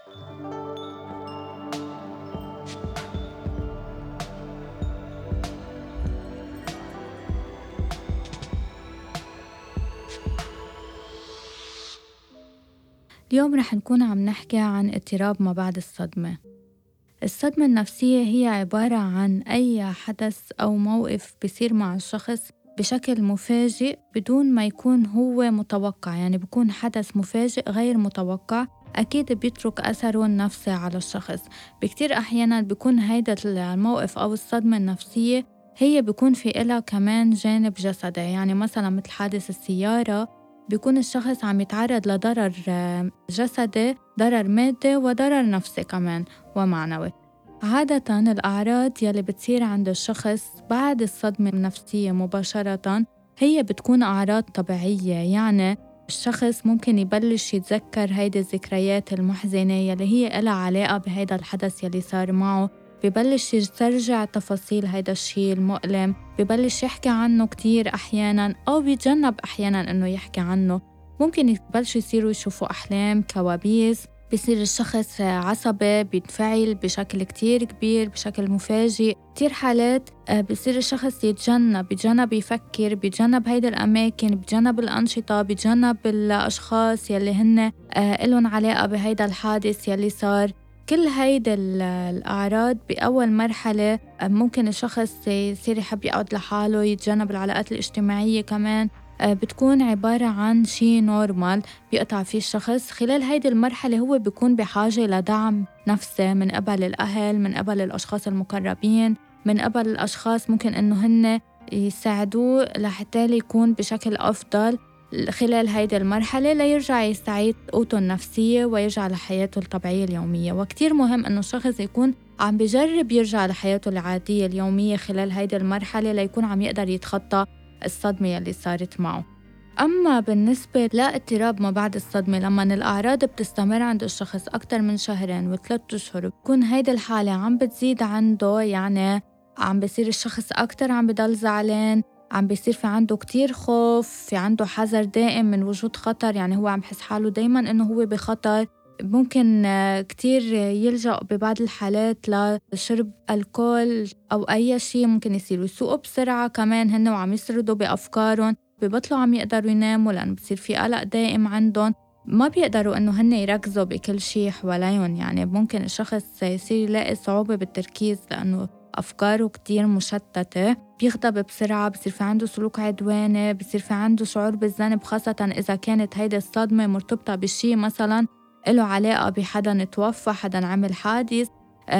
اليوم رح نكون عم نحكي عن اضطراب ما بعد الصدمة. الصدمة النفسية هي عبارة عن أي حدث أو موقف بيصير مع الشخص بشكل مفاجئ بدون ما يكون هو متوقع، يعني بيكون حدث مفاجئ غير متوقع، أكيد بيترك أثره النفسي على الشخص. بكتير أحيانا بيكون هيدا الموقف أو الصدمة النفسية هي بيكون في إلها كمان جانب جسدي، يعني مثلا مثل حادث السيارة بيكون الشخص عم يتعرض لضرر جسدي، ضرر مادي وضرر نفسي كمان ومعنوي. عادة الأعراض يلي بتصير عند الشخص بعد الصدمة النفسية مباشرة هي بتكون أعراض طبيعية، يعني الشخص ممكن يبلش يتذكر هيدي الذكريات المحزنة يلي هي إلها علاقة بهيدا الحدث يلي صار معه، ببلش يسترجع تفاصيل هيدا الشي المؤلم، ببلش يحكي عنه كتير أحياناً أو بيتجنب أحياناً إنه يحكي عنه. ممكن يبلش يصيروا يشوفوا أحلام كوابيس، بصير الشخص عصبي، بينفعل بشكل كتير كبير بشكل مفاجئ. كتير حالات بصير الشخص بيتجنب يفكر، بيتجنب هيدا الأماكن، بيتجنب الأنشطة، بيتجنب الأشخاص يلي هن إلهم علاقة بهيدا الحادث يلي صار. كل هيدا الأعراض بأول مرحلة ممكن الشخص يصير يحب يقعد لحاله، يتجنب العلاقات الاجتماعية كمان، بتكون عبارة عن شي نورمال بيقطع فيه الشخص. خلال هيدي المرحلة هو بيكون بحاجة لدعم نفسي من قبل الأهل، من قبل الأشخاص المقربين، من قبل الأشخاص ممكن إنه هن يساعدوه لحتى يكون بشكل أفضل خلال هيدي المرحلة ليرجع يستعيد قوته النفسية ويرجع لحياته الطبيعية اليومية. وكتير مهم إنه الشخص يكون عم بجرب يرجع لحياته العادية اليومية خلال هيدي المرحلة ليكون عم يقدر يتخطى الصدمة يلي صارت معه. أما بالنسبة لاضطراب ما بعد الصدمة، لما الأعراض بتستمر عند الشخص أكتر من 2 و3 أشهر، بكون هيدي الحالة عم بتزيد عنده، يعني عم بيصير الشخص أكتر عم بضل زعلان، عم بيصير في عنده كتير خوف، في عنده حذر دائم من وجود خطر، يعني هو عم بحس حاله دايماً إنه هو بخطر. ممكن كتير يلجأ ببعض الحالات لشرب الكول أو أي شيء، ممكن يصيروا يسوقوا بسرعة كمان هن وعم يسردوا بأفكارهم، ببطلوا عم يقدروا يناموا لأنه بصير في قلق دائم عندهم، ما بيقدروا إنه هن يركزوا بكل شيء حواليهم. يعني ممكن الشخص يصير يلاقي صعوبة بالتركيز لأنه أفكاره كتير مشتتة، بيغضب بسرعة، بصير في عنده سلوك عدواني، بصير في عنده شعور بالذنب، خاصة إذا كانت هيدا الصدمة مرتبطة بشي مثلاً له علاقة بحدا توفى، حدا عمل حادث،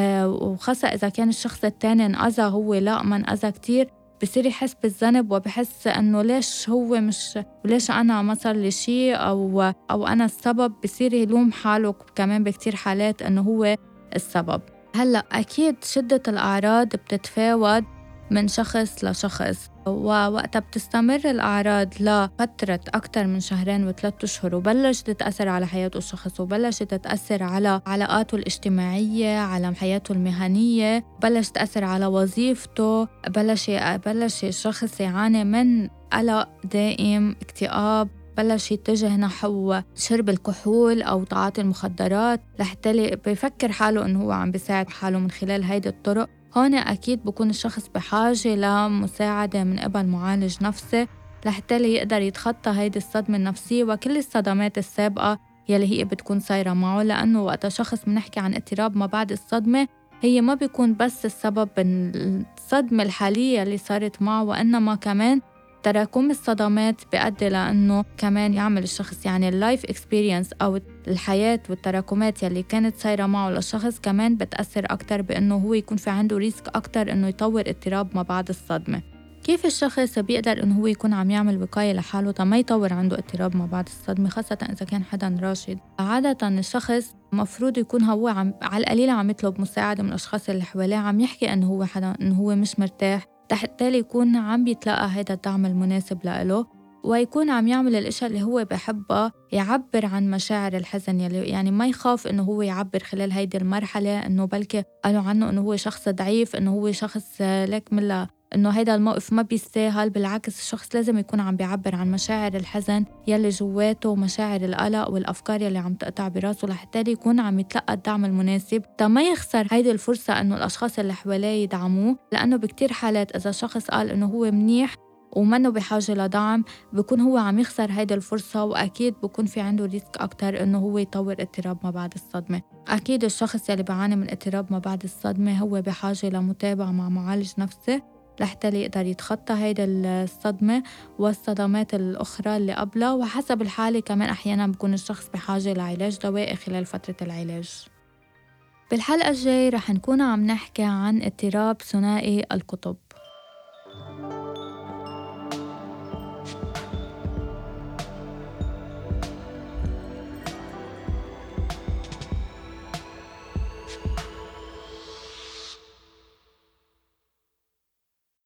وخاصة إذا كان الشخص التاني انأذى هو لا ما انأذى كتير، بصير يحس بالذنب وبحس إنه ليش هو مش، ليش أنا ما صار لي شي أو أنا السبب، بصير يلوم حاله كمان بكتير حالات إنه هو السبب. هلأ أكيد شدة الأعراض بتتفاوت من شخص لشخص، ووقتها بتستمر الأعراض لفترة أكتر من 2 و3 أشهر وبلشت تتأثر على حياة الشخص، وبلشت تتأثر على علاقاته الاجتماعية، على حياته المهنية، بلشت تأثر على وظيفته، بلش الشخص يعاني من قلق دائم، اكتئاب، بلش يتجه نحو شرب الكحول أو تعاطي المخدرات لحتى بيفكر حاله إنه هو عم بيساعد حاله من خلال هيدي الطرق. هون أكيد بكون الشخص بحاجة لمساعدة من قبل معالج نفسي لحتى يقدر يتخطى هيدي الصدمة النفسية وكل الصدمات السابقة يلي هي بتكون صايرة معه. لأنه وقت شخص منحكي عن اضطراب ما بعد الصدمة، هي ما بيكون بس السبب الصدمة الحالية اللي صارت معه، وإنما كمان تراكم الصدمات بيؤدي لأنه كمان يعمل الشخص، يعني اللايف اكسبيرينس أو الحياة والتراكمات يلي كانت صايرة معه للشخص كمان بتأثر أكتر بأنه هو يكون في عنده ريسك أكتر أنه يطور اضطراب ما بعد الصدمة. كيف الشخص بيقدر أنه هو يكون عم يعمل وقاية لحاله ما يطور عنده اضطراب ما بعد الصدمة، خاصة إذا كان حدا راشد؟ عادة الشخص مفروض يكون هو على القليلة عم يطلب مساعدة من الأشخاص اللي حواليه، عم يحكي أنه هو حدا أنه هو مش مرتاح، حتى يكون عم بيتلقى هيدا الدعم المناسب له، ويكون عم يعمل الاشياء اللي هو بحبها، يعبر عن مشاعر الحزن يلي، يعني ما يخاف انه هو يعبر خلال هيدي المرحلة، انه بلكي قالوا عنه انه هو شخص ضعيف، انه هو شخص لك ملا إنه هيدا الموقف ما بيستاهل، بالعكس الشخص لازم يكون عم بيعبّر عن مشاعر الحزن يلّي جوّاته ومشاعر القلق والأفكار يلّي عم تقطع براسه لحتى يكون عم يتلقّى الدعم المناسب تا ما يخسر هيدي الفرصة إنه الأشخاص اللي حواليه يدعموه، لإنه بكتير حالات إذا شخص قال إنه هو منيح ومنّو بحاجة لدعم بكون هو عم يخسر هيدي الفرصة، وأكيد بكون في عنده ريسك أكتر إنه هو يطوّر اضطراب ما بعد الصدمة. أكيد الشخص يلي بيعاني من اضطراب ما بعد الصدمة هو بحاجة لمتابعة مع معالج نفسي لحتى يقدر يتخطى هيدا الصدمة والصدمات الأخرى اللي قبلها، وحسب الحالة كمان أحياناً بكون الشخص بحاجة لعلاج دوائي خلال فترة العلاج. بالحلقة الجاي رح نكون عم نحكي عن اضطراب ثنائي القطب.